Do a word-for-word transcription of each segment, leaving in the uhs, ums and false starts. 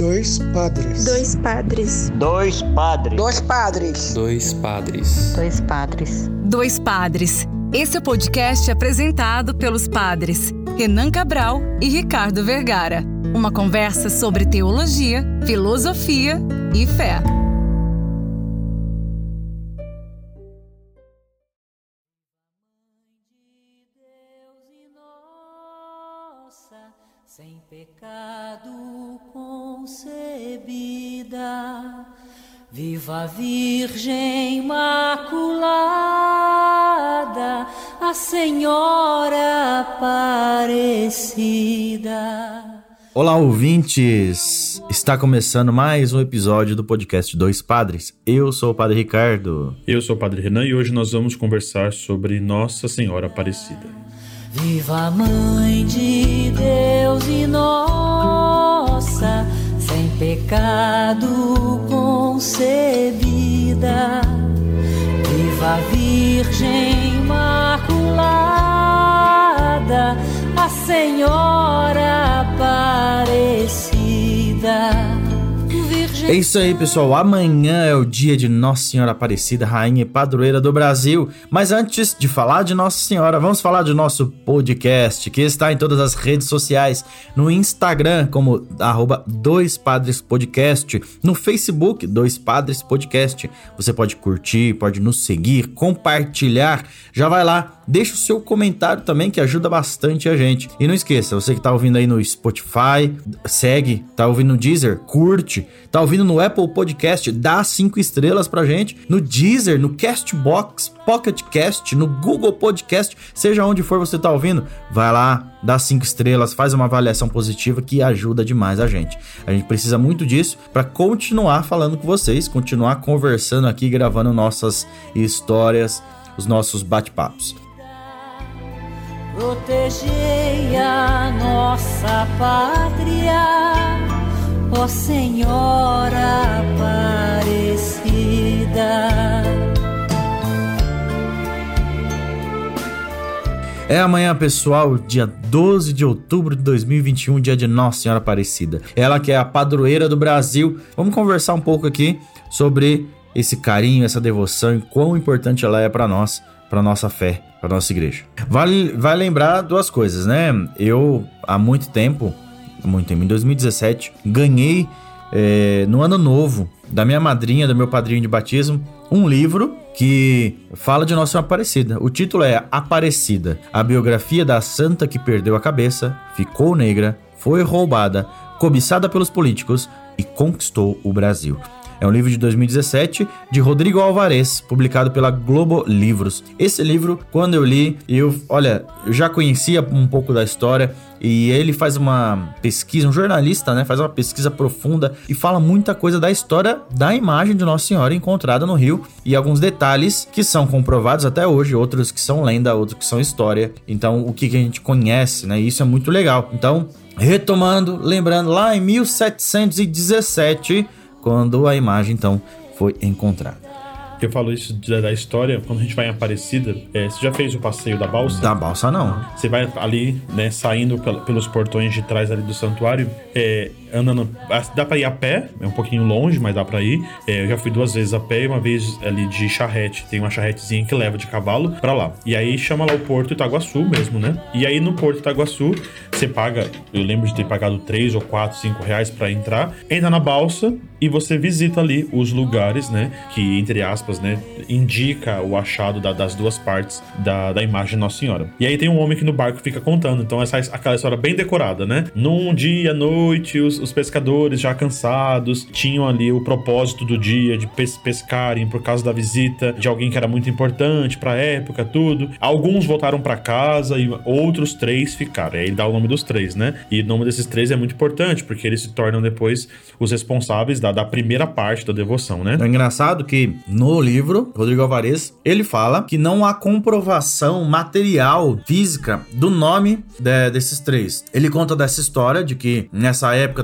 Dois padres. Dois padres. Dois padres. Dois padres. Dois padres. Dois padres. Dois padres. Esse é o podcast apresentado pelos padres Renan Cabral e Ricardo Vergara. Uma conversa sobre teologia, filosofia e fé. Sem pecado concebida, viva a Virgem Imaculada, a Senhora Aparecida. Olá, ouvintes! Está começando mais um episódio do podcast Dois Padres. Eu sou o Padre Ricardo. Eu sou o Padre Renan e hoje nós vamos conversar sobre Nossa Senhora Aparecida. Viva a Mãe de Deus e nossa, sem pecado concebida. Viva a Virgem Imaculada, a Senhora Aparecida. É isso aí, pessoal. Amanhã é o dia de Nossa Senhora Aparecida, Rainha e Padroeira do Brasil. Mas antes de falar de Nossa Senhora, vamos falar do nosso podcast, que está em todas as redes sociais. No Instagram, como arroba Dois Padres Podcast. No Facebook, Dois Padres Podcast. Você pode curtir, pode nos seguir, compartilhar. Já vai lá, deixa o seu comentário também, que ajuda bastante a gente. E não esqueça, você que tá ouvindo aí no Spotify, segue. Tá ouvindo no Deezer, curte. Tá ouvindo no Apple Podcast, dá cinco estrelas pra gente. No Deezer, no Castbox, Pocket Cast, no Google Podcast, seja onde for você tá ouvindo, vai lá, dá cinco estrelas, faz uma avaliação positiva que ajuda demais a gente. A gente precisa muito disso pra continuar falando com vocês, continuar conversando aqui, gravando nossas histórias, os nossos bate-papos. Protegei a nossa pátria, ó Senhora Aparecida. É amanhã, pessoal, dia doze de outubro de dois mil e vinte e um, dia de Nossa Senhora Aparecida. Ela que é a padroeira do Brasil. Vamos conversar um pouco aqui sobre esse carinho, essa devoção e quão importante ela é para nós, para nossa fé, para nossa igreja. Vale, vai lembrar duas coisas, né? Eu, há muito tempo, muito tempo, em dois mil e dezessete, ganhei é, no ano novo da minha madrinha, do meu padrinho de batismo, um livro que fala de Nossa Senhora Aparecida. O título é Aparecida, a biografia da santa que perdeu a cabeça, ficou negra, foi roubada, cobiçada pelos políticos e conquistou o Brasil. É um livro de dois mil e dezessete, de Rodrigo Alvarez, publicado pela Globo Livros. Esse livro, quando eu li, eu, olha, eu já conhecia um pouco da história, e ele faz uma pesquisa, um jornalista, né, faz uma pesquisa profunda e fala muita coisa da história da imagem de Nossa Senhora encontrada no Rio, e alguns detalhes que são comprovados até hoje, outros que são lenda, outros que são história. Então, o que, que a gente conhece, né, isso é muito legal. Então, retomando, lembrando, lá em mil setecentos e dezessete... quando a imagem, então, foi encontrada. Eu falo isso da história, quando a gente vai em Aparecida, é, você já fez o passeio da balsa? Da balsa, não. Você vai ali, né, saindo pelos portões de trás ali do santuário, é, andando, dá pra ir a pé, é um pouquinho longe, mas dá pra ir. É, eu já fui duas vezes a pé e uma vez ali de charrete, tem uma charretezinha que leva de cavalo pra lá. E aí chama lá o Porto Itaguaçu mesmo, né? E aí no Porto Itaguaçu, você paga, eu lembro de ter pagado três ou quatro, cinco reais pra entrar, entra na balsa e você visita ali os lugares, né, que, entre aspas, né, indica o achado da, das duas partes da, da imagem de Nossa Senhora. E aí tem um homem que no barco fica contando, então essa aquela história bem decorada, né? Num dia à noite, os, os pescadores já cansados tinham ali o propósito do dia de pes- pescarem por causa da visita de alguém que era muito importante pra época, tudo. Alguns voltaram pra casa e outros três ficaram. Aí ele dá o nome dos três, né? E o nome desses três é muito importante, porque eles se tornam depois os responsáveis da, da primeira parte da devoção, né? É engraçado que no livro, Rodrigo Alvarez, ele fala que não há comprovação material, física, do nome de, desses três. Ele conta dessa história de que nessa época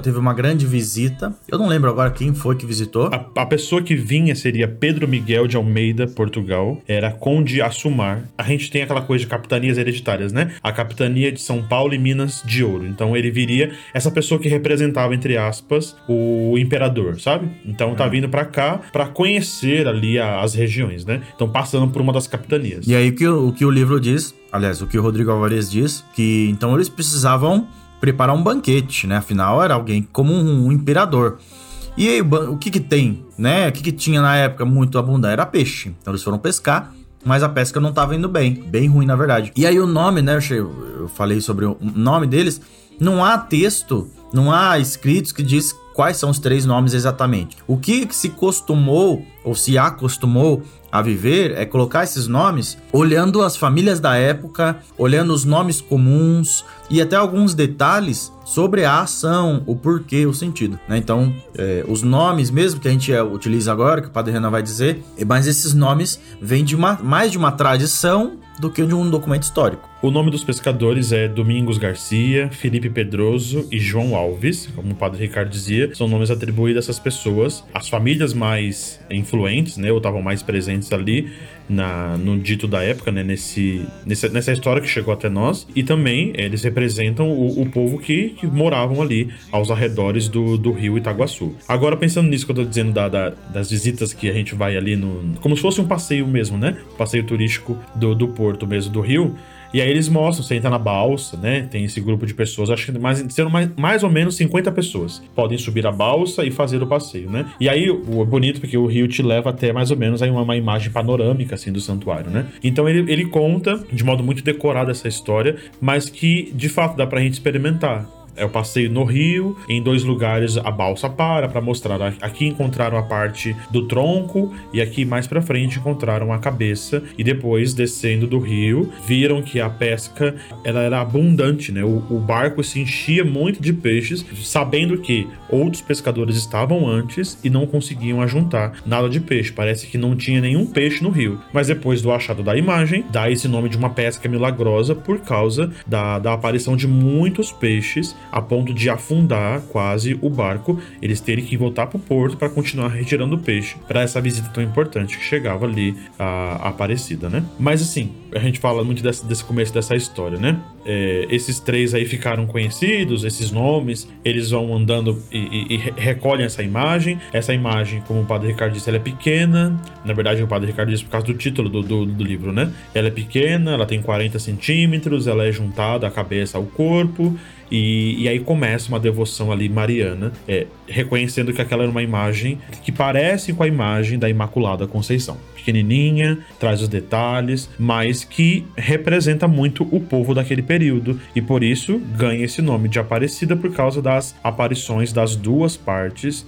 teve uma grande visita. Eu não lembro agora quem foi que visitou. A, a pessoa que vinha seria Pedro Miguel de Almeida, Portugal. Era Conde Assumar. A gente tem aquela coisa de capitanias hereditárias, né? A capitania de São Paulo e Minas de Ouro. Então ele viria, essa pessoa que representava, entre aspas, o imperador, sabe? Então tá vindo pra cá pra conhecer ali a, as regiões, né? Então passando por uma das capitanias. E aí o que o, o que o livro diz, aliás, o que o Rodrigo Alvarez diz, que então eles precisavam preparar um banquete, né? Afinal, era alguém como um, um imperador. E aí, o que que tem, né? O que que tinha na época muito abundante? Era peixe. Então eles foram pescar, mas a pesca não estava indo bem. Bem ruim, na verdade. E aí o nome, né? Eu, eu falei sobre o nome deles. Não há texto, não há escritos que diz quais são os três nomes exatamente. O que se costumou, ou se acostumou a viver, é colocar esses nomes olhando as famílias da época, olhando os nomes comuns e até alguns detalhes sobre a ação, o porquê, o sentido, né? Então, é, os nomes mesmo que a gente utiliza agora, que o Padre Renan vai dizer, mas esses nomes vêm de uma, mais de uma tradição do que de um documento histórico. O nome dos pescadores é Domingos Garcia, Felipe Pedroso e João Alves, como o Padre Ricardo dizia, são nomes atribuídos a essas pessoas. As famílias mais influentes, né, ou estavam mais presentes ali na, no dito da época, né, nesse, nessa, nessa história que chegou até nós, e também eles representam o, o povo que, que moravam ali aos arredores do, do rio Itaguaçu. Agora, pensando nisso que eu tô dizendo da, da, das visitas que a gente vai ali, no, como se fosse um passeio mesmo, né, passeio turístico do, do porto mesmo, do rio. E aí eles mostram, você entra na balsa, né? Tem esse grupo de pessoas, acho que mais, sendo mais, mais ou menos cinquenta pessoas. Podem subir a balsa e fazer o passeio, né? E aí, o, é bonito porque o rio te leva até mais ou menos aí uma, uma imagem panorâmica, assim, do santuário, né? Então ele, ele conta, de modo muito decorado, essa história, mas que, de fato, dá pra gente experimentar. É o passeio no rio, em dois lugares a balsa para, para mostrar. Aqui encontraram a parte do tronco e aqui mais pra frente encontraram a cabeça. E depois, descendo do rio, viram que a pesca ela era abundante, né? O, o barco se enchia muito de peixes, sabendo que outros pescadores estavam antes e não conseguiam ajuntar nada de peixe. Parece que não tinha nenhum peixe no rio. Mas depois do achado da imagem, dá esse nome de uma pesca milagrosa por causa da, da aparição de muitos peixes, a ponto de afundar quase o barco, eles terem que voltar para o porto para continuar retirando o peixe para essa visita tão importante que chegava ali a, a Aparecida, né? Mas assim, a gente fala muito desse, desse começo dessa história, né? É, esses três aí ficaram conhecidos, esses nomes, eles vão andando e, e, e recolhem essa imagem. Essa imagem, como o Padre Ricardo disse, ela é pequena. Na verdade, o Padre Ricardo disse por causa do título do, do, do livro, né? Ela é pequena, ela tem quarenta centímetros, ela é juntada a cabeça ao corpo. E, e aí começa uma devoção ali mariana, é, reconhecendo que aquela era uma imagem que parece com a imagem da Imaculada Conceição. Pequenininha, traz os detalhes, mas que representa muito o povo daquele período. E por isso ganha esse nome de Aparecida por causa das aparições das duas partes,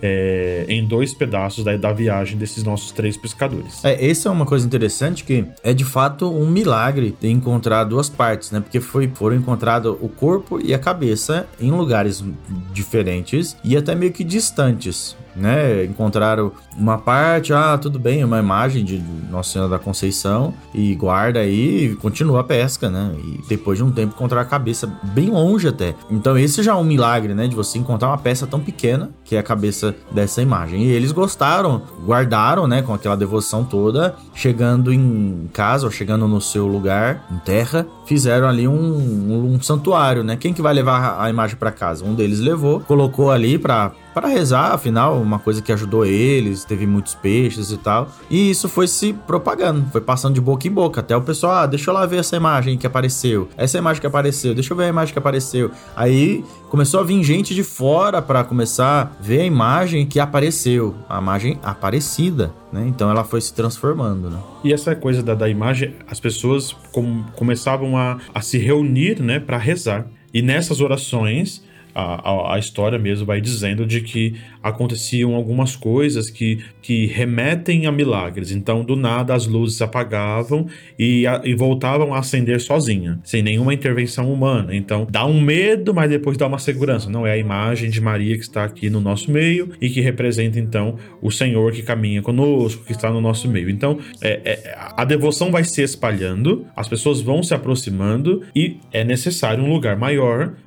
É, em dois pedaços da, da viagem desses nossos três pescadores. É, essa é uma coisa interessante, que é de fato um milagre ter encontrado duas partes, né? Porque foi, foram encontrados o corpo e a cabeça em lugares diferentes e até meio que distantes, né? Encontraram uma parte, ah, tudo bem, uma imagem de Nossa Senhora da Conceição e guarda aí e continua a pesca, né? E depois de um tempo encontrar a cabeça bem longe até. Então esse já é um milagre, né? De você encontrar uma peça tão pequena que é a cabeça dessa imagem. E eles gostaram, guardaram, né? Com aquela devoção toda, chegando em casa ou chegando no seu lugar, em terra, fizeram ali um, um, um santuário, né? Quem que vai levar a imagem para casa? Um deles levou, colocou ali para para rezar, afinal, uma coisa que ajudou eles, teve muitos peixes e tal. E isso foi se propagando, foi passando de boca em boca, até o pessoal, ah, deixa eu lá ver essa imagem que apareceu, essa imagem que apareceu, deixa eu ver a imagem que apareceu. Aí começou a vir gente de fora para começar a ver a imagem que apareceu, a imagem Aparecida, né? Então ela foi se transformando, né? E essa coisa da, da imagem, as pessoas com, começavam a, a se reunir, né, para rezar. E nessas orações, A, a, a história mesmo vai dizendo de que aconteciam algumas coisas que, que remetem a milagres. Então, do nada, as luzes se apagavam e, a, e voltavam a acender sozinha, sem nenhuma intervenção humana. Então, dá um medo, mas depois dá uma segurança. Não, é a imagem de Maria que está aqui no nosso meio e que representa, então, o Senhor que caminha conosco, que está no nosso meio. Então, é, é, a devoção vai se espalhando, as pessoas vão se aproximando e é necessário um lugar maior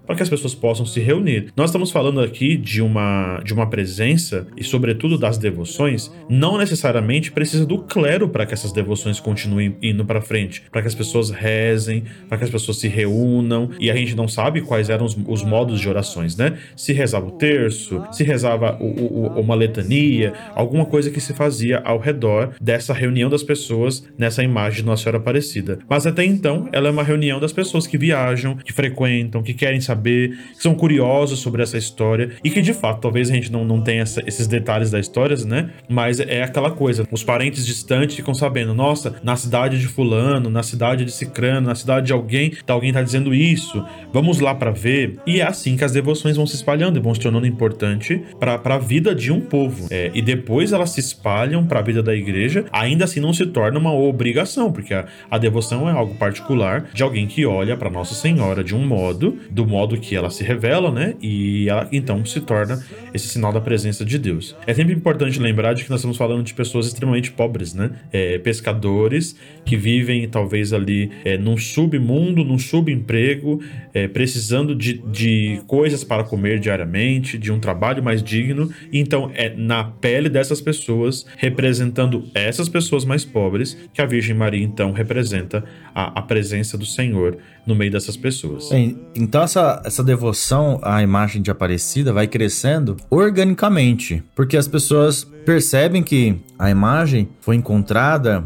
para que as pessoas possam se reunir. Nós estamos falando aqui de uma, de uma presença, e sobretudo das devoções, não necessariamente precisa do clero para que essas devoções continuem indo para frente, para que as pessoas rezem, para que as pessoas se reúnam, e a gente não sabe quais eram os, os modos de orações, né? Se rezava o terço, se rezava o, o, uma letania, alguma coisa que se fazia ao redor dessa reunião das pessoas nessa imagem de Nossa Senhora Aparecida. Mas até então, ela é uma reunião das pessoas que viajam, que frequentam, que querem saber, que são curiosos sobre essa história, e que de fato, talvez a gente não, não tenha essa, esses detalhes da história, né? Mas é aquela coisa, os parentes distantes ficam sabendo, nossa, na cidade de fulano, na cidade de cicrano, na cidade de alguém, alguém tá dizendo isso, vamos lá para ver. E é assim que as devoções vão se espalhando e vão se tornando importante para a vida de um povo. É, e depois elas se espalham para a vida da igreja, ainda assim não se torna uma obrigação, porque a, a devoção é algo particular de alguém que olha para Nossa Senhora de um modo, do modo que ela se revela, né? E ela então se torna esse sinal da presença de Deus. É sempre importante lembrar de que nós estamos falando de pessoas extremamente pobres, né? É, pescadores que vivem talvez ali é, num submundo, num subemprego, é, precisando de, de coisas para comer diariamente, de um trabalho mais digno. E então é na pele dessas pessoas, representando essas pessoas mais pobres, que a Virgem Maria então representa a, a presença do Senhor no meio dessas pessoas. Bem, então essa, essa devoção à imagem de Aparecida vai crescendo organicamente, porque as pessoas percebem que a imagem foi encontrada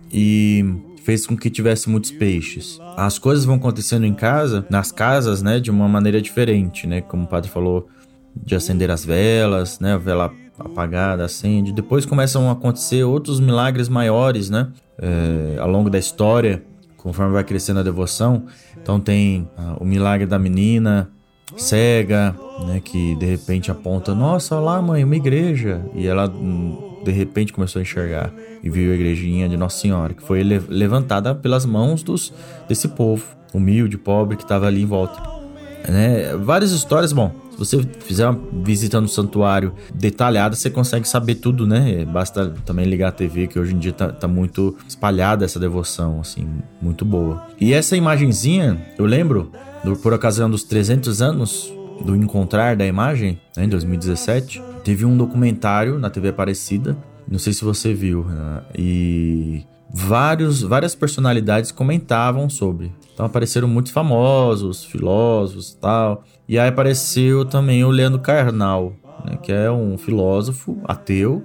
e fez com que tivesse muitos peixes. As coisas vão acontecendo em casa, nas casas, né, de uma maneira diferente, né, como o padre falou, de acender as velas, né, a vela apagada, acende. Depois começam a acontecer outros milagres maiores, né, é, ao longo da história, conforme vai crescendo a devoção. Então tem ah, o milagre da menina cega, né, que de repente aponta, nossa, olha lá, mãe, uma igreja. E ela de repente começou a enxergar e viu a igrejinha de Nossa Senhora, que foi le- levantada pelas mãos dos, desse povo humilde, pobre, que estava ali em volta, né? Várias histórias. Bom, se você fizer uma visita no santuário detalhada, você consegue saber tudo, né? Basta também ligar a T V, que hoje em dia tá, tá muito espalhada essa devoção, assim, muito boa. E essa imagenzinha, eu lembro, do, por ocasião dos trezentos anos do encontrar da imagem, né, em dois mil e dezessete, teve um documentário na T V Aparecida, não sei se você viu, né? E vários, várias personalidades comentavam sobre. Então apareceram muitos famosos, filósofos e tal. E aí apareceu também o Leandro Carnal, né, que é um filósofo ateu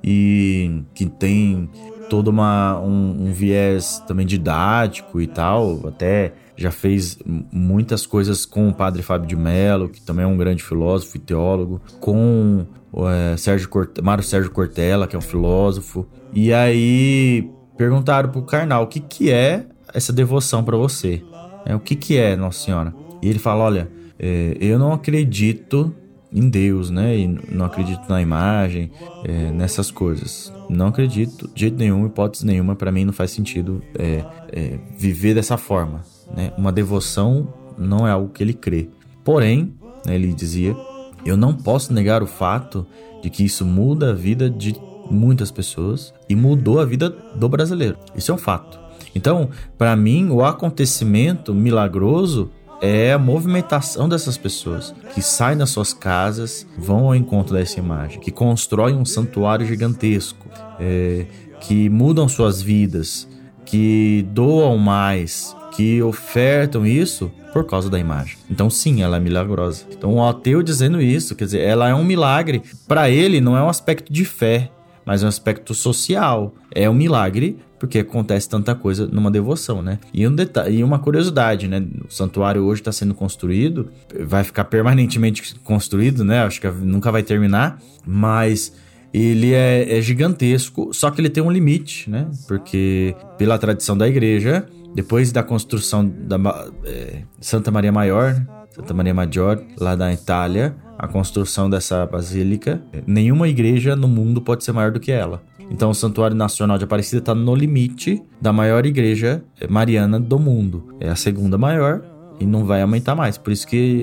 e que tem todo uma, um, um viés também didático e tal, até já fez muitas coisas com o padre Fábio de Mello, que também é um grande filósofo e teólogo, com é, Sérgio Corte- Mário Sérgio Cortella, que é um filósofo. E aí perguntaram pro Carnal, o que que é essa devoção para você? É, o que que é, Nossa Senhora? E ele fala, olha, é, eu não acredito em Deus, né? E não acredito na imagem, é, nessas coisas. Não acredito de jeito nenhum, hipótese nenhuma. Para mim não faz sentido é, é, viver dessa forma, né? Uma devoção não é algo que ele crê. Porém, né, ele dizia, eu não posso negar o fato de que isso muda a vida de muitas pessoas e mudou a vida do brasileiro. Isso é um fato. Então, para mim, o acontecimento milagroso é a movimentação dessas pessoas que saem das suas casas, vão ao encontro dessa imagem, que constroem um santuário gigantesco, é, que mudam suas vidas, que doam mais, que ofertam isso por causa da imagem. Então sim, ela é milagrosa. Então o ateu dizendo isso, quer dizer, ela é um milagre. Para ele não é um aspecto de fé, mas é um aspecto social. É um milagre porque acontece tanta coisa numa devoção, né? E, um detalhe, e uma curiosidade, né? O santuário hoje está sendo construído, vai ficar permanentemente construído, né? Acho que nunca vai terminar, mas ele é, é gigantesco, só que ele tem um limite, né? Porque pela tradição da igreja, depois da construção da é, Santa Maria Maior, Santa Maria Maggiore, lá da Itália, a construção dessa basílica, nenhuma igreja no mundo pode ser maior do que ela. Então o Santuário Nacional de Aparecida está no limite da maior igreja mariana do mundo. É a segunda maior e não vai aumentar mais. Por isso que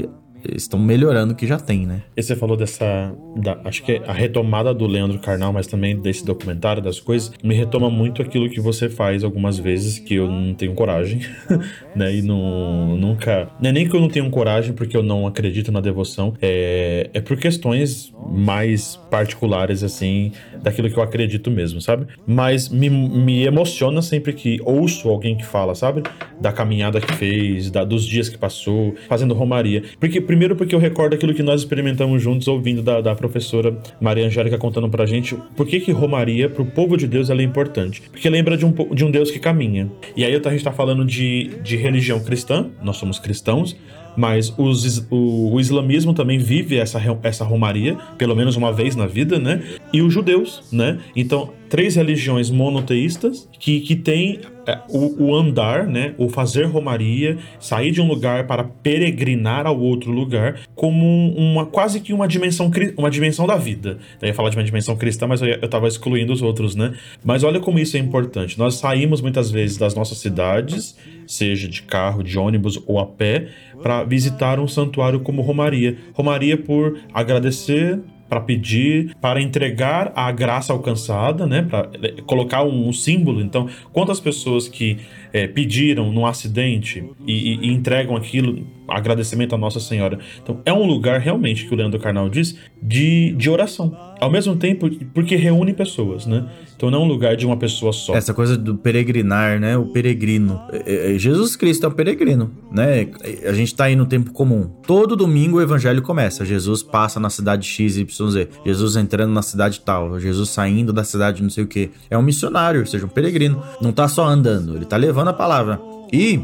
estão melhorando o que já tem, né? E você falou dessa, da, acho que é a retomada do Leandro Carnal, mas também desse documentário, das coisas, me retoma muito aquilo que você faz algumas vezes, que eu não tenho coragem, né, e não, nunca, não é nem que eu não tenho coragem porque eu não acredito na devoção, é, é por questões mais particulares, assim, daquilo que eu acredito mesmo, sabe? Mas me, me emociona sempre que ouço alguém que fala, sabe? Da caminhada que fez, da, dos dias que passou, fazendo romaria. Porque, primeiro porque eu recordo aquilo que nós experimentamos juntos, ouvindo da, da professora Maria Angélica contando pra gente por que que romaria pro povo de Deus ela é importante. Porque lembra de um, de um Deus que caminha. E aí a gente tá falando de, de religião cristã, nós somos cristãos, mas os, o, o islamismo também vive essa, essa romaria, pelo menos uma vez na vida, né? E os judeus, né? Então, três religiões monoteístas que, que têm é, o, o andar, né? O fazer romaria, sair de um lugar para peregrinar ao outro lugar, como uma, quase que uma dimensão, uma dimensão da vida. Eu ia falar de uma dimensão cristã, mas eu, eu tava excluindo os outros, né? Mas olha como isso é importante. Nós saímos muitas vezes das nossas cidades, seja de carro, de ônibus ou a pé, para visitar um santuário como romaria. Romaria por agradecer, para pedir, para entregar a graça alcançada, né? Para colocar um, um símbolo. Então, quantas pessoas que é, pediram num acidente e, e, e entregam aquilo, agradecimento à Nossa Senhora. Então, é um lugar realmente, que o Leandro Carnal diz, de, de oração. Ao mesmo tempo, porque reúne pessoas, né? Então não é um lugar de uma pessoa só. Essa coisa do peregrinar, né? O peregrino. Jesus Cristo é um peregrino, né? A gente tá aí no tempo comum. Todo domingo o evangelho começa. Jesus passa na cidade X Y Z. Jesus entrando na cidade tal. Jesus saindo da cidade não sei o quê. É um missionário, ou seja, um peregrino. Não tá só andando, ele tá levando a palavra. E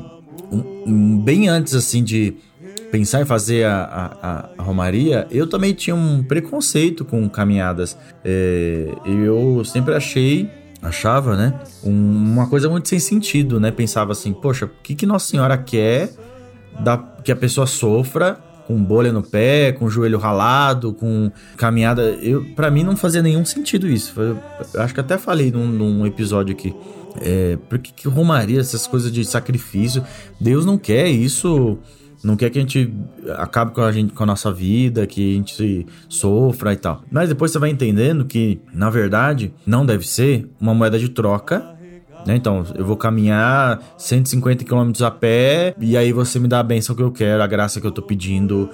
um, bem antes, assim, de pensar em fazer a, a, a romaria, eu também tinha um preconceito com caminhadas. É, eu sempre achei, achava, né, um, uma coisa muito sem sentido, né? Pensava assim, poxa, o que, que Nossa Senhora quer da, que a pessoa sofra com bolha no pé, com joelho ralado, com caminhada? Eu, pra mim não fazia nenhum sentido isso. Eu, eu acho que até falei num, num episódio aqui. É, por que, que romaria, essas coisas de sacrifício? Deus não quer isso. Não quer que a gente acabe com a, gente, com a nossa vida, que a gente sofra e tal. Mas depois você vai entendendo que, na verdade, não deve ser uma moeda de troca, né? Então, eu vou caminhar cento e cinquenta quilômetros a pé e aí você me dá a bênção que eu quero, a graça que eu tô pedindo,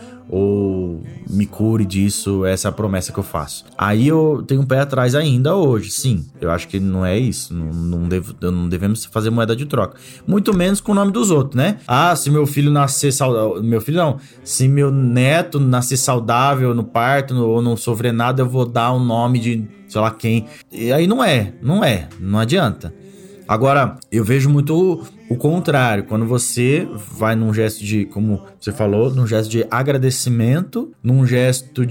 ou me cure disso, essa é a promessa que eu faço. Aí eu tenho um pé atrás ainda hoje, sim. Eu acho que não é isso, não, não, devo, não devemos fazer moeda de troca. Muito menos com o nome dos outros, né? Ah, se meu filho nascer saudável... Meu filho não. Se meu neto nascer saudável no parto ou não sofrer nada, eu vou dar um nome de sei lá quem. E aí não é, não é, não adianta. Agora, eu vejo muito o, o contrário, quando você vai num gesto de, como você falou, num gesto de agradecimento, num gesto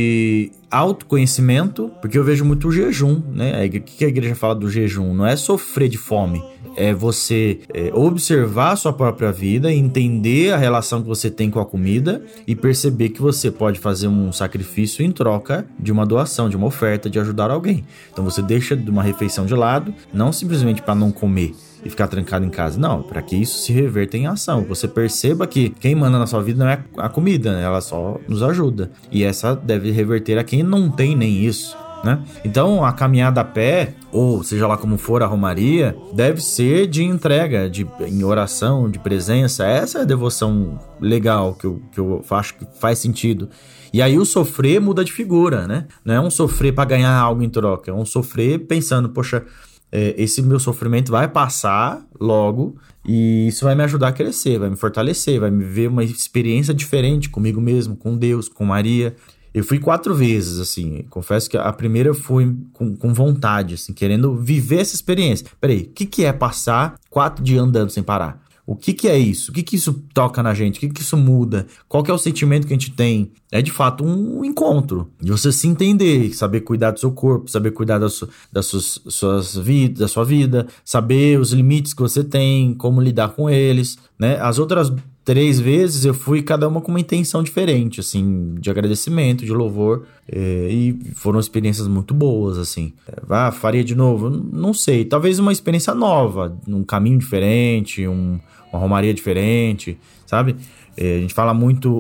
de autoconhecimento, porque eu vejo muito o jejum, né? O que a igreja fala do jejum? Não é sofrer de fome, é você é, observar a sua própria vida, entender a relação que você tem com a comida e perceber que você pode fazer um sacrifício em troca de uma doação, de uma oferta, de ajudar alguém. Então você deixa uma refeição de lado, não simplesmente para não comer e ficar trancado em casa. Não, para que isso se reverta em ação. Você perceba que quem manda na sua vida não é a comida, né? Ela só nos ajuda. E essa deve reverter a quem não tem nem isso, né? Então a caminhada a pé, ou seja lá como for a romaria, deve ser de entrega, de, em oração, de presença. Essa é a devoção legal que eu, que eu acho que faz sentido. E aí o sofrer muda de figura, né? Não é um sofrer para ganhar algo em troca, é um sofrer pensando, poxa, é, esse meu sofrimento vai passar logo e isso vai me ajudar a crescer, vai me fortalecer, vai me ver uma experiência diferente comigo mesmo, com Deus, com Maria. Eu fui quatro vezes, assim, confesso que a primeira eu fui com, com vontade, assim, querendo viver essa experiência. Peraí, o que, que é passar quatro dias andando sem parar? O que, que é isso? O que, que isso toca na gente? O que, que isso muda? Qual que é o sentimento que a gente tem? É de fato um encontro. De você se entender, saber cuidar do seu corpo, saber cuidar das, su- das suas, suas vidas, da sua vida, saber os limites que você tem, como lidar com eles, né? As outras três vezes eu fui cada uma com uma intenção diferente, assim, de agradecimento, de louvor, é, e foram experiências muito boas, assim. Ah, faria de novo? Não sei, talvez uma experiência nova, um caminho diferente, um, uma romaria diferente, sabe? É, a gente fala muito,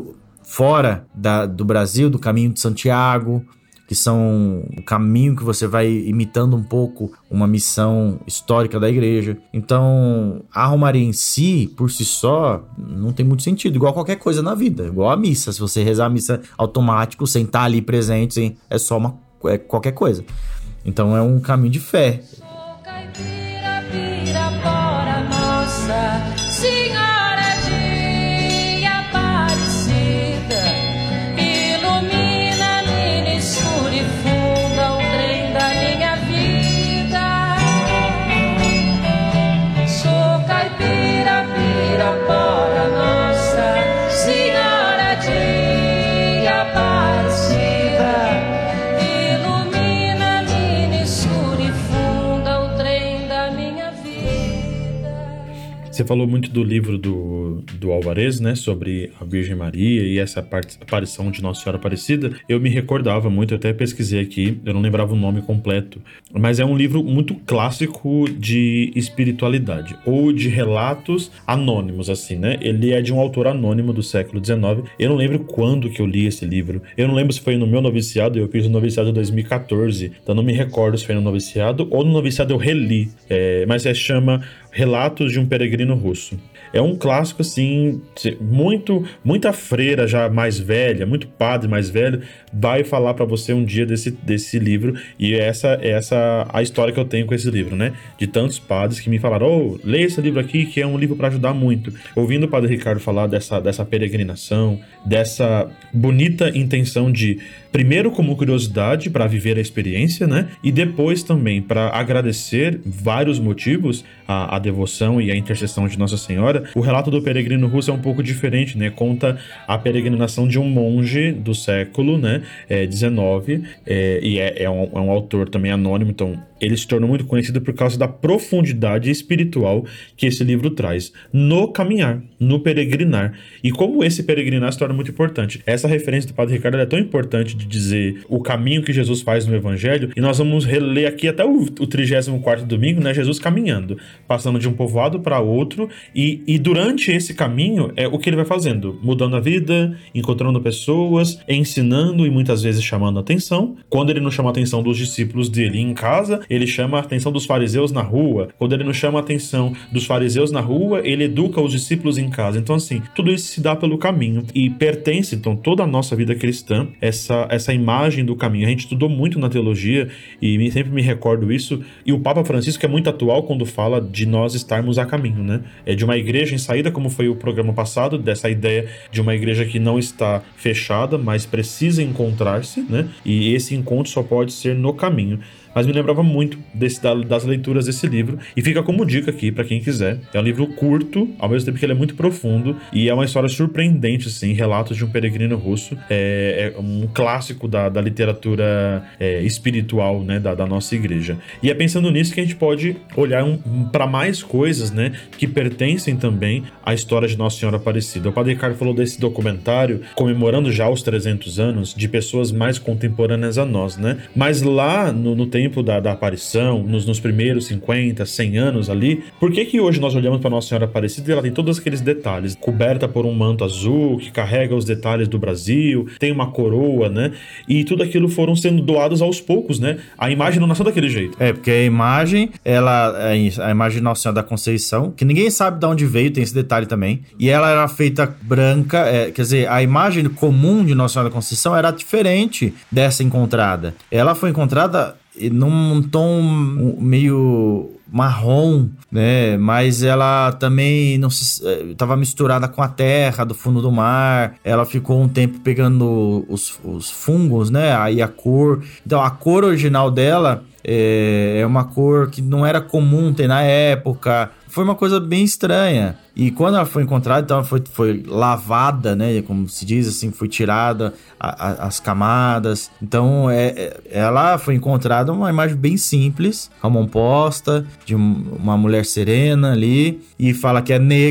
fora da, do Brasil, do Caminho de Santiago, que são o caminho que você vai imitando um pouco uma missão histórica da igreja. Então, a romaria em si, por si só, não tem muito sentido. Igual qualquer coisa na vida, igual a missa. Se você rezar a missa automático, sem estar ali presente, sem, é só uma, é qualquer coisa. Então, é um caminho de fé. Você falou muito do livro do, do Alvarez, né, sobre a Virgem Maria e essa aparição de Nossa Senhora Aparecida. Eu me recordava muito, eu até pesquisei aqui, eu não lembrava o nome completo, mas é um livro muito clássico de espiritualidade, ou de relatos anônimos, assim, né? Ele é de um autor anônimo do século dezenove. Eu não lembro quando que eu li esse livro. Eu não lembro se foi no meu noviciado, eu fiz o noviciado em dois mil e catorze, então não me recordo se foi no noviciado ou no noviciado eu reli, é, mas é, chama Relatos de um Peregrino Russo. É um clássico, assim, muito, muita freira já mais velha, muito padre mais velho, vai falar pra você um dia desse, desse livro, e essa é essa a história que eu tenho com esse livro, né? De tantos padres que me falaram, oh, leia esse livro aqui, que é um livro para ajudar muito. Ouvindo o padre Ricardo falar dessa, dessa peregrinação, dessa bonita intenção de, primeiro como curiosidade para viver a experiência, né? E depois também para agradecer vários motivos, a, a devoção e a intercessão de Nossa Senhora. O relato do peregrino russo é um pouco diferente, né? Conta a peregrinação de um monge do século, né? É, dezenove, é, e é, é, um, é um autor também anônimo, então ele se tornou muito conhecido por causa da profundidade espiritual que esse livro traz no caminhar, no peregrinar. E como esse peregrinar se torna muito importante. Essa referência do Padre Ricardo é tão importante de dizer o caminho que Jesus faz no Evangelho, e nós vamos reler aqui até o, o trigésimo quarto domingo, né? Jesus caminhando, passando de um povoado para outro, e, e durante esse caminho, é o que ele vai fazendo? Mudando a vida, encontrando pessoas, ensinando e muitas vezes chamando a atenção. Quando ele não chama a atenção dos discípulos dele em casa, ele chama a atenção dos fariseus na rua. Quando ele não chama a atenção dos fariseus na rua, ele educa os discípulos em casa. Então, assim, tudo isso se dá pelo caminho e pertence, então, toda a nossa vida cristã, essa, essa imagem do caminho. A gente estudou muito na teologia e sempre me recordo isso. E o Papa Francisco é muito atual quando fala de nós estarmos a caminho, né? É de uma igreja em saída, como foi o programa passado, dessa ideia de uma igreja que não está fechada, mas precisa encontrar-se, né? E esse encontro só pode ser no caminho. Mas me lembrava muito desse, das leituras desse livro, e fica como dica aqui pra quem quiser. É um livro curto, ao mesmo tempo que ele é muito profundo, e é uma história surpreendente, assim, Relatos de um Peregrino Russo. É, é um clássico da, da literatura é, espiritual, né, da, da nossa igreja. E é pensando nisso que a gente pode olhar um, um, para mais coisas, né, que pertencem também à história de Nossa Senhora Aparecida. O Padre Ricardo falou desse documentário comemorando já os trezentos anos de pessoas mais contemporâneas a nós, né? Mas lá no, no tempo tempo da, da aparição, nos, nos primeiros cinquenta, cem anos ali, por que que hoje nós olhamos para Nossa Senhora Aparecida e ela tem todos aqueles detalhes? Coberta por um manto azul, que carrega os detalhes do Brasil, tem uma coroa, né? E tudo aquilo foram sendo doados aos poucos, né? A imagem não nasceu daquele jeito. É, porque a imagem, ela, a imagem de Nossa Senhora da Conceição, que ninguém sabe de onde veio, tem esse detalhe também, e ela era feita branca, é, quer dizer, a imagem comum de Nossa Senhora da Conceição era diferente dessa encontrada. Ela foi encontrada num tom meio marrom, né? Mas ela também não se, estava misturada com a terra do fundo do mar. Ela ficou um tempo pegando os, os fungos, né? Aí a cor. Então a cor original dela é, é uma cor que não era comum ter na época. Foi uma coisa bem estranha. E quando ela foi encontrada, então ela foi, foi lavada, né? Como se diz assim, foi tirada a, a, as camadas. Então é, é, ela foi encontrada uma imagem bem simples, a mão posta, de uma mulher serena ali. E fala que é negra,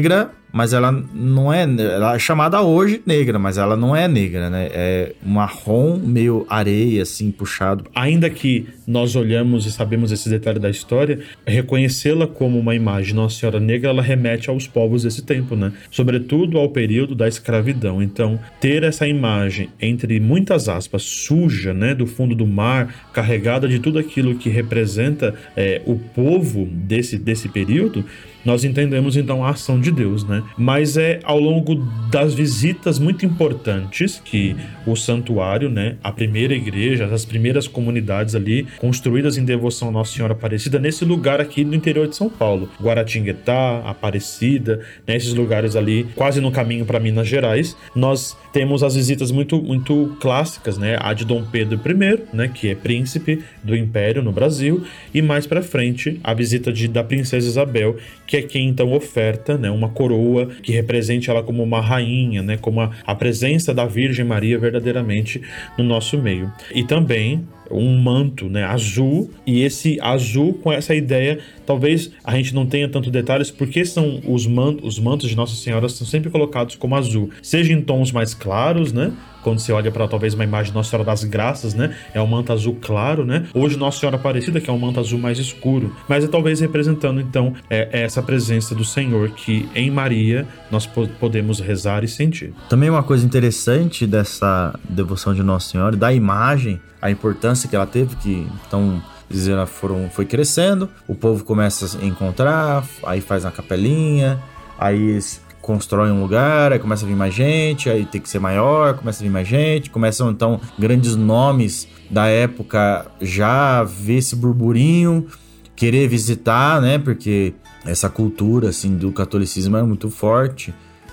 mas ela não é... Ela é chamada hoje negra, mas ela não é negra, né? É marrom, meio areia, assim, puxado. Ainda que nós olhamos e sabemos esse detalhe da história, reconhecê-la como uma imagem de Nossa Senhora Negra, ela remete aos povos desse tempo, né? Sobretudo ao período da escravidão. Então, ter essa imagem, entre muitas aspas, suja, né? Do fundo do mar, carregada de tudo aquilo que representa é, o povo desse, desse período, nós entendemos então a ação de Deus, né? Mas é ao longo das visitas muito importantes que o santuário, né? A primeira igreja, as primeiras comunidades ali construídas em devoção a Nossa Senhora Aparecida, nesse lugar aqui no interior de São Paulo, Guaratinguetá, Aparecida, né? Esses lugares ali quase no caminho para Minas Gerais, nós temos as visitas muito, muito clássicas, né? A de Dom Pedro I, né? Que é príncipe do Império no Brasil, e mais para frente a visita de, da princesa Isabel, que é quem então oferta, né, uma coroa que represente ela como uma rainha, né, como a, a presença da Virgem Maria verdadeiramente no nosso meio. E também um manto, né, azul, e esse azul com essa ideia, talvez a gente não tenha tanto detalhes, porque são os mantos, os mantos de Nossa Senhora são sempre colocados como azul, seja em tons mais claros, né, quando você olha para talvez uma imagem de Nossa Senhora das Graças, né, é um manto azul claro, né, hoje Nossa Senhora Aparecida, que é um manto azul mais escuro, mas é talvez representando então é, essa presença do Senhor, que em Maria nós po- podemos rezar e sentir. Também uma coisa interessante dessa devoção de Nossa Senhora, da imagem, a importância que ela teve, que então dizer, ela foram, foi crescendo, o povo começa a encontrar, aí faz uma capelinha, aí constrói um lugar, aí começa a vir mais gente, aí tem que ser maior, começa a vir mais gente, começam então grandes nomes da época já ver esse burburinho, querer visitar, né, porque essa cultura assim do catolicismo é muito forte.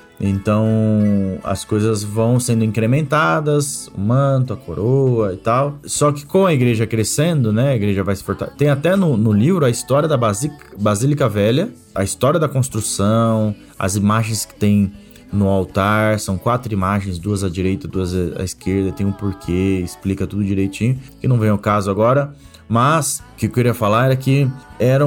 Então as coisas vão sendo incrementadas, o manto, a coroa e tal. Só que com a igreja crescendo, né, a igreja vai se fortalecer. Tem até no, no livro a história da Basílica, Basílica Velha, a história da construção, as imagens que tem no altar, são quatro imagens, duas à direita, duas à esquerda, tem um porquê, explica tudo direitinho, que não vem ao caso agora. Mas o que eu queria falar era que era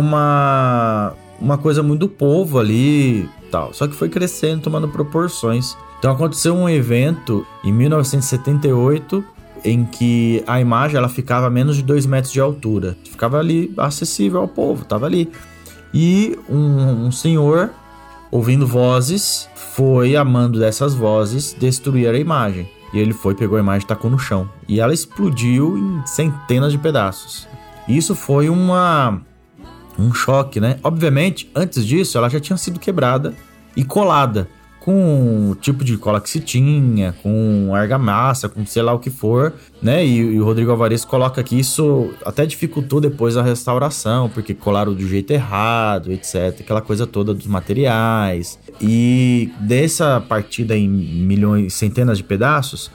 uma, uma coisa muito do povo ali, tal. Só que foi crescendo, tomando proporções. Então aconteceu um evento em mil novecentos e setenta e oito em que a imagem ela ficava a menos de dois metros de altura. Ficava ali acessível ao povo, estava ali. E um, um senhor, ouvindo vozes, foi, amando dessas vozes, destruir a imagem. E ele foi, pegou a imagem e tacou no chão. E ela explodiu em centenas de pedaços. Isso foi uma... um choque, né? Obviamente, antes disso, ela já tinha sido quebrada e colada com o tipo de cola que se tinha, com argamassa, com sei lá o que for, né? E, e o Rodrigo Alvarez coloca que isso até dificultou depois a restauração, porque colaram do jeito errado, etcétera. Aquela coisa toda dos materiais. E dessa partida em milhões, centenas de pedaços,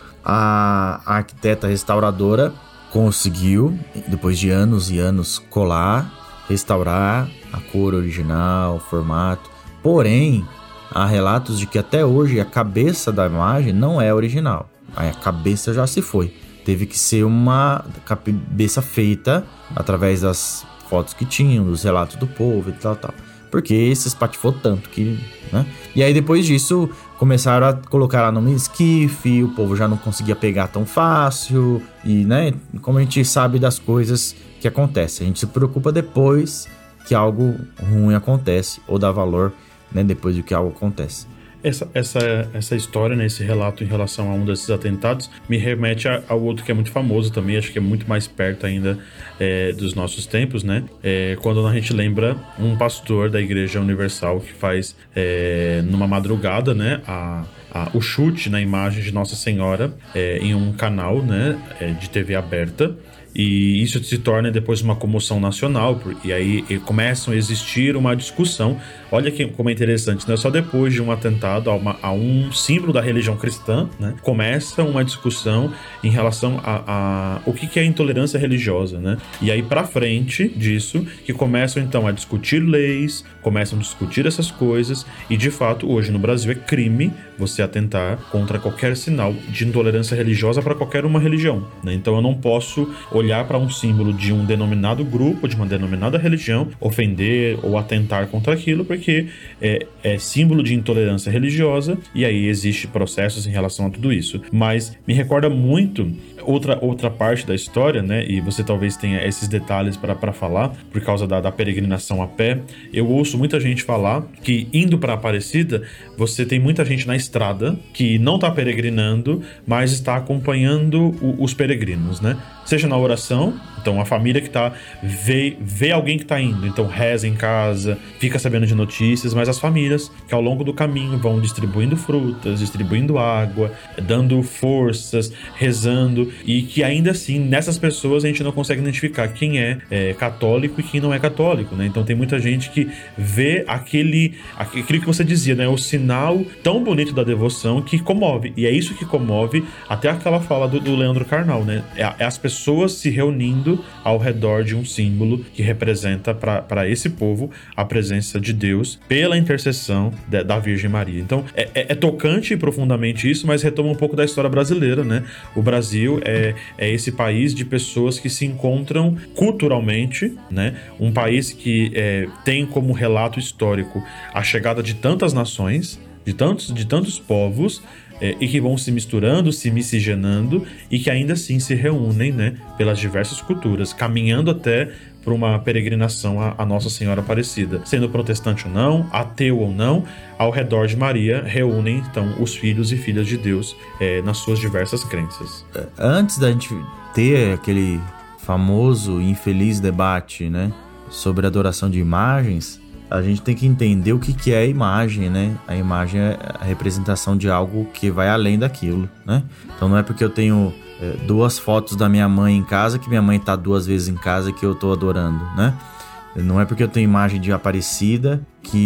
a, a arquiteta restauradora conseguiu, depois de anos e anos, colar, restaurar a cor original, o formato. Porém, há relatos de que até hoje a cabeça da imagem não é original. A cabeça já se foi. Teve que ser uma cabeça feita através das fotos que tinham, dos relatos do povo e tal, tal. Porque se espatifou tanto que... né? E aí depois disso começaram a colocar lá no esquife, o povo já não conseguia pegar tão fácil. E, né, como a gente sabe das coisas que acontecem, a gente se preocupa depois que algo ruim acontece, ou dá valor, né, depois de que algo acontece. Essa, essa, essa história, né, esse relato em relação a um desses atentados me remete a, ao outro que é muito famoso também, acho que é muito mais perto ainda é, dos nossos tempos, né? É, quando a gente lembra um pastor da Igreja Universal que faz é, numa madrugada, né, a, a, o chute na imagem de Nossa Senhora é, em um canal, né, é, de T V aberta. E isso se torna depois uma comoção nacional, e aí começam a existir uma discussão. Olha que, como é interessante, né? Só depois de um atentado a, uma, a um símbolo da religião cristã, né? Começa uma discussão em relação a, a o que, que é intolerância religiosa, né? E aí pra frente disso, que começam então a discutir leis, começam a discutir essas coisas, e de fato hoje no Brasil é crime você atentar contra qualquer sinal de intolerância religiosa para qualquer uma religião, né? Então eu não posso olhar para um símbolo de um denominado grupo, de uma denominada religião, ofender ou atentar contra aquilo, porque é, é símbolo de intolerância religiosa, e aí existe processos em relação a tudo isso. Mas me recorda muito outra, outra parte da história, né? E você talvez tenha esses detalhes para falar, por causa da, da peregrinação a pé. Eu ouço muita gente falar que indo para Aparecida, você tem muita gente na estrada que não está peregrinando, mas está acompanhando o, os peregrinos, né? Seja na oração, então a família que tá vê, vê alguém que tá indo, então reza em casa, fica sabendo de notícias, mas as famílias que ao longo do caminho vão distribuindo frutas, distribuindo água, dando forças, rezando, e que ainda assim nessas pessoas a gente não consegue identificar quem é, é católico e quem não é católico, né? Então tem muita gente que vê aquele, aquilo que você dizia, né? O sinal tão bonito da devoção que comove, e é isso que comove até aquela fala do, do Leandro Carnal, né? É, é as pessoas se reunindo ao redor de um símbolo que representa para esse povo a presença de Deus pela intercessão de, da Virgem Maria. Então é, é, é tocante profundamente isso, mas retoma um pouco da história brasileira, né? O Brasil é, é esse país de pessoas que se encontram culturalmente, né? Um país que é, tem como relato histórico a chegada de tantas nações, de tantos, de tantos povos, É, e que vão se misturando, se miscigenando, e que ainda assim se reúnem, né, pelas diversas culturas, caminhando até para uma peregrinação à, à Nossa Senhora Aparecida. Sendo protestante ou não, ateu ou não, ao redor de Maria reúnem então os filhos e filhas de Deus é, nas suas diversas crenças. Antes da gente ter aquele famoso e infeliz debate, né, sobre adoração de imagens, a gente tem que entender o que, que é a imagem, né? A imagem é a representação de algo que vai além daquilo, né? Então não é porque eu tenho é, duas fotos da minha mãe em casa que minha mãe tá duas vezes em casa que eu tô adorando, né? Não é porque eu tenho imagem de Aparecida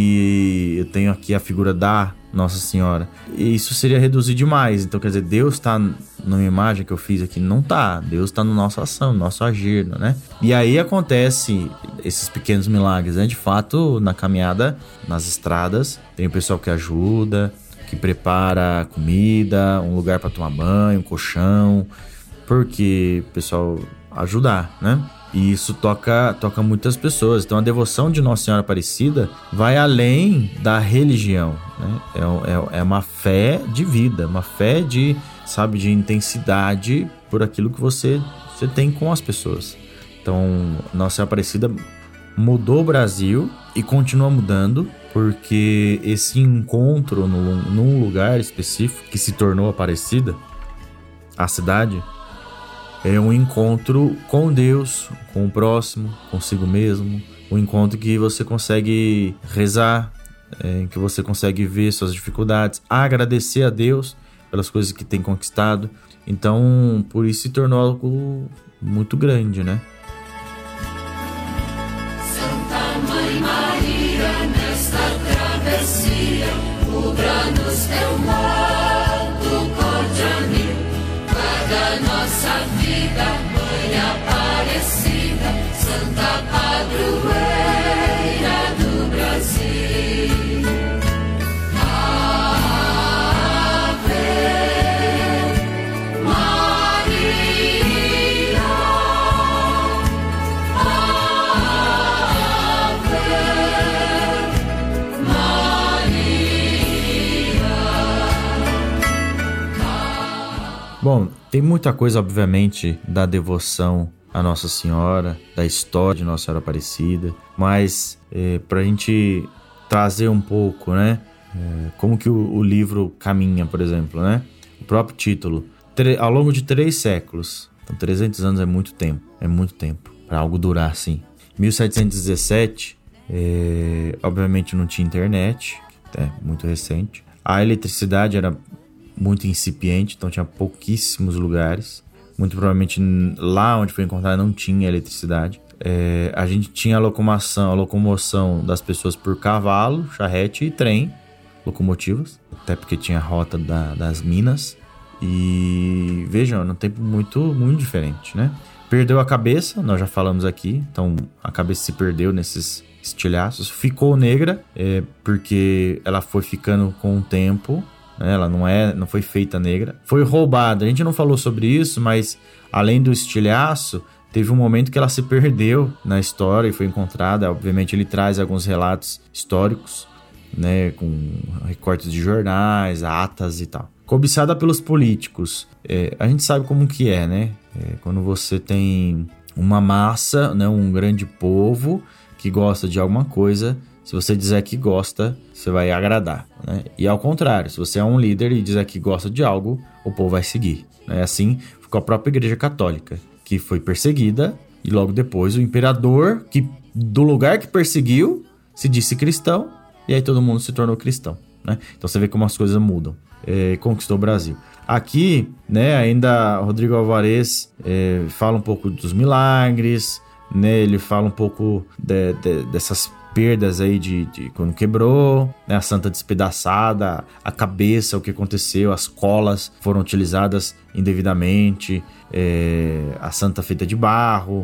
que eu tenho aqui a figura da Nossa Senhora. E isso seria reduzir demais. Então, quer dizer, Deus tá numa imagem que eu fiz aqui? Não tá. Deus tá na nossa ação, no nosso agir, né? E aí acontece esses pequenos milagres, né? De fato, na caminhada, nas estradas, tem o pessoal que ajuda, que prepara comida, um lugar para tomar banho, um colchão, porque o pessoal ajudar, né? E isso toca, toca muitas pessoas. Então a devoção de Nossa Senhora Aparecida vai além da religião, né? É, é, é uma fé de vida, uma fé de, sabe, de intensidade por aquilo que você, você tem com as pessoas. Então Nossa Senhora Aparecida mudou o Brasil e continua mudando, porque esse encontro no, num lugar específico que se tornou Aparecida, a cidade, é um encontro com Deus, com o próximo, consigo mesmo. Um encontro que você consegue rezar, é, que você consegue ver suas dificuldades, agradecer a Deus pelas coisas que tem conquistado. Então, por isso se tornou algo muito grande, né? Santa Mãe Maria, nesta travessia, cubra-nos teu manto cordial, guarda nossa vida, Mãe Aparecida, Santa Padroeira do Brasil. Ave Maria, Ave Maria. Bom, tem muita coisa, obviamente, da devoção a Nossa Senhora, da história de Nossa Senhora Aparecida, mas é, para a gente trazer um pouco, né, é, como que o, o livro caminha, por exemplo, né, o próprio título, ao longo de três séculos, então trezentos anos é muito tempo, é muito tempo para algo durar assim. mil setecentos e dezessete, é, obviamente não tinha internet, é muito recente, a eletricidade era muito incipiente, então tinha pouquíssimos lugares. Muito provavelmente lá onde foi encontrado não tinha eletricidade. É, a gente tinha a locomoção, a locomoção das pessoas por cavalo, charrete e trem, locomotivas, até porque tinha a rota da, das minas. E vejam, num tempo muito, muito diferente, né? Perdeu a cabeça, nós já falamos aqui, então a cabeça se perdeu nesses estilhaços. Ficou negra, é, porque ela foi ficando com o tempo, né? Ela não, é, não foi feita negra. Foi roubada. A gente não falou sobre isso, mas além do estilhaço, teve um momento que ela se perdeu na história e foi encontrada. Obviamente ele traz alguns relatos históricos, né, com recortes de jornais, atas e tal. Cobiçada pelos políticos. É, a gente sabe como que é, né? É, quando você tem uma massa, né, um grande povo que gosta de alguma coisa, se você dizer que gosta, você vai agradar, né? E ao contrário, se você é um líder e dizer que gosta de algo, o povo vai seguir, né? Assim ficou a própria Igreja Católica, que foi perseguida, e logo depois o imperador, que do lugar que perseguiu, se disse cristão, e aí todo mundo se tornou cristão, né? Então você vê como as coisas mudam. É, conquistou o Brasil. Aqui, né, ainda Rodrigo Alvarez é, fala um pouco dos milagres, né? Ele fala um pouco de, de, dessas perdas aí de, de quando quebrou, né? A santa despedaçada, a cabeça, o que aconteceu, as colas foram utilizadas indevidamente, é, a santa feita de barro,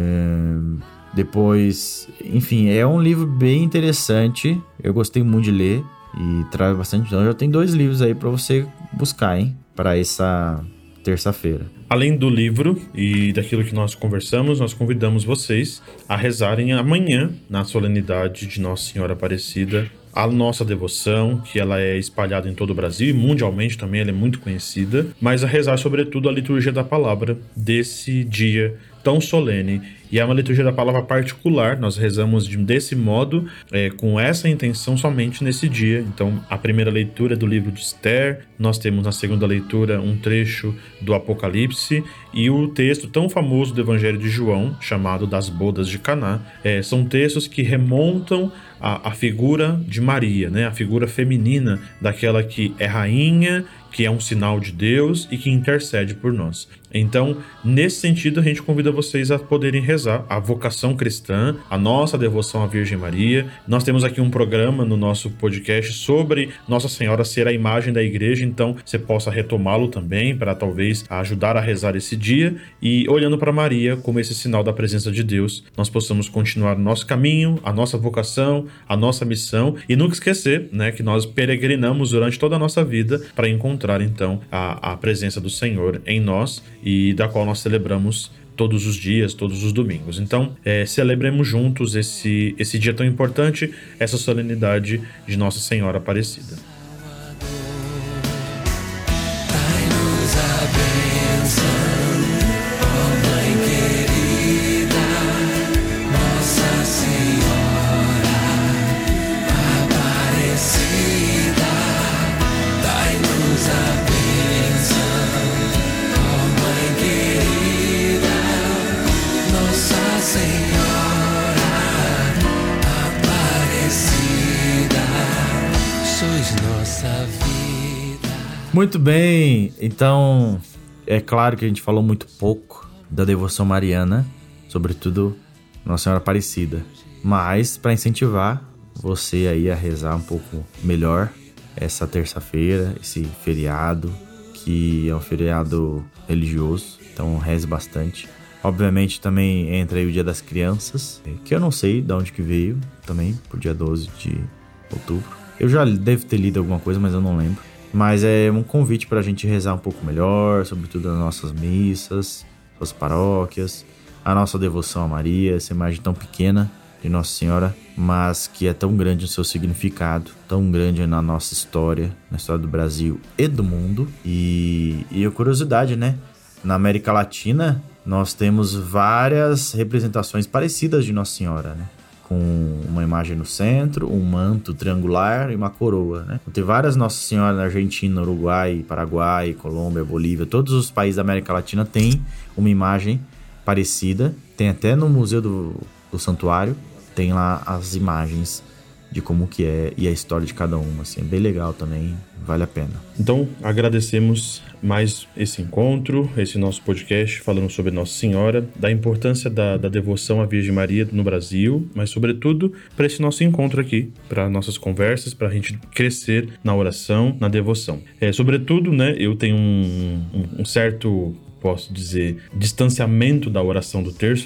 é, depois, enfim, é um livro bem interessante, eu gostei muito de ler e traz bastante. Então já tem dois livros aí para você buscar, hein, para essa terça-feira. Além do livro e daquilo que nós conversamos, nós convidamos vocês a rezarem amanhã, na solenidade de Nossa Senhora Aparecida, a nossa devoção, que ela é espalhada em todo o Brasil e mundialmente também ela é muito conhecida, mas a rezar sobretudo a liturgia da palavra desse dia tão solene. E é uma liturgia da palavra particular, nós rezamos de, desse modo, é, com essa intenção somente nesse dia. Então, a primeira leitura é do livro de Esther, nós temos na segunda leitura um trecho do Apocalipse e o texto tão famoso do Evangelho de João, chamado das Bodas de Caná. É, são textos que remontam a, a figura de Maria, né? A figura feminina daquela que é rainha, que é um sinal de Deus e que intercede por nós. Então, nesse sentido, a gente convida vocês a poderem rezar a vocação cristã, a nossa devoção à Virgem Maria. Nós temos aqui um programa no nosso podcast sobre Nossa Senhora ser a imagem da igreja, então você possa retomá-lo também para talvez ajudar a rezar esse dia e olhando para Maria como esse sinal da presença de Deus, nós possamos continuar o nosso caminho, a nossa vocação, a nossa missão e nunca esquecer, né, que nós peregrinamos durante toda a nossa vida para encontrar então a, a presença do Senhor em nós e da qual nós celebramos todos os dias, todos os domingos. Então, é, celebremos juntos esse, esse dia tão importante, essa solenidade de Nossa Senhora Aparecida. Dai-nos a bênção, ó Mãe querida, Nossa Senhora Aparecida. Dai-nos a bênção, ó Mãe querida, Nossa Senhora Aparecida. Sois nossa vida. Muito bem, então é claro que a gente falou muito pouco da devoção mariana, sobretudo Nossa Senhora Aparecida, mas para incentivar você aí a rezar um pouco melhor essa terça-feira, esse feriado, que é um feriado religioso, então reze bastante. Obviamente também entra aí o Dia das Crianças, que eu não sei de onde que veio também, pro dia doze de outubro. Eu já devo ter lido alguma coisa, mas eu não lembro. Mas é um convite para a gente rezar um pouco melhor, sobretudo nas nossas missas, suas paróquias, a nossa devoção a Maria, essa imagem tão pequena de Nossa Senhora, mas que é tão grande no seu significado, tão grande na nossa história, na história do Brasil e do mundo. E, e a curiosidade, né? Na América Latina, nós temos várias representações parecidas de Nossa Senhora, né? Com uma imagem no centro, um manto triangular e uma coroa, né? Tem várias Nossa Senhora na Argentina, Uruguai, Paraguai, Colômbia, Bolívia. Todos os países da América Latina têm uma imagem parecida. Tem até no Museu do, do Santuário, tem lá as imagens de como que é e a história de cada uma, assim, é bem legal também, vale a pena. Então, agradecemos mais esse encontro, esse nosso podcast falando sobre Nossa Senhora, da importância da, da devoção à Virgem Maria no Brasil, mas sobretudo para esse nosso encontro aqui, para nossas conversas, para a gente crescer na oração, na devoção. É, sobretudo, né, eu tenho um, um, um certo, posso dizer, distanciamento da oração do terço, né?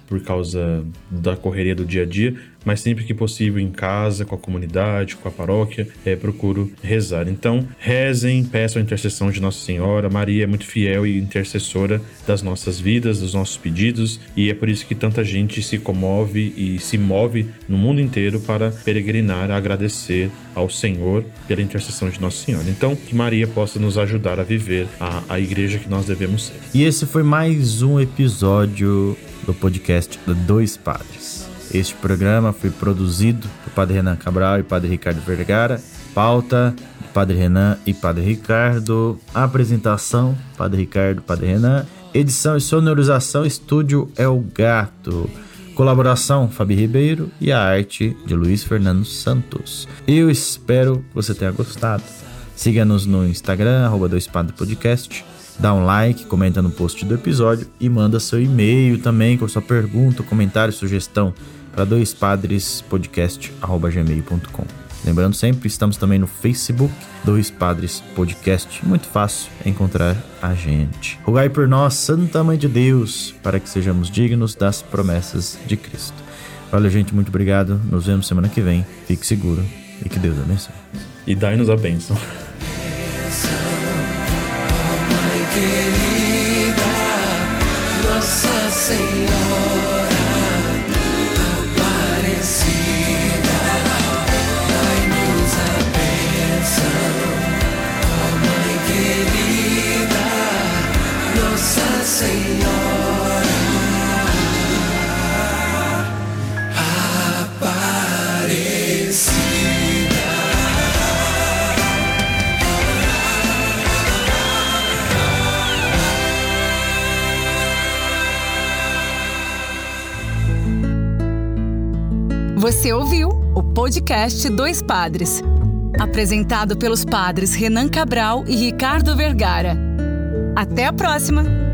por causa da correria do dia a dia, mas sempre que possível em casa, com a comunidade, com a paróquia, é, procuro rezar. Então, rezem, peçam a intercessão de Nossa Senhora. Maria é muito fiel e intercessora das nossas vidas, dos nossos pedidos, e é por isso que tanta gente se comove e se move no mundo inteiro para peregrinar, agradecer ao Senhor pela intercessão de Nossa Senhora. Então, que Maria possa nos ajudar a viver a, a igreja que nós devemos ser. E esse foi mais um episódio do podcast Dois Padres. Este programa foi produzido por Padre Renan Cabral e Padre Ricardo Vergara. Pauta, Padre Renan e Padre Ricardo. Apresentação, Padre Ricardo e Padre Renan. Edição e sonorização, Estúdio El Gato. Colaboração, Fabi Ribeiro. E a arte de Luiz Fernando Santos. Eu espero que você tenha gostado. Siga-nos no Instagram, arroba Dois Padres Podcast. Dá um like, comenta no post do episódio e manda seu e-mail também com sua pergunta, comentário, sugestão para doispadrespodcast arroba gmail ponto com. Lembrando sempre, estamos também no Facebook, Dois Padres Podcast. Muito fácil encontrar a gente. Rogai por nós, Santa Mãe de Deus, para que sejamos dignos das promessas de Cristo. Valeu, gente, muito obrigado. Nos vemos semana que vem. Fique seguro e que Deus abençoe. E dai-nos a bênção. Querida Nossa Senhora Aparecida, dai-nos a bênção. Ó Mãe querida Nossa Senhora Aparecida. Você ouviu o podcast Dois Padres, apresentado pelos padres Renan Cabral e Ricardo Vergara. Até a próxima!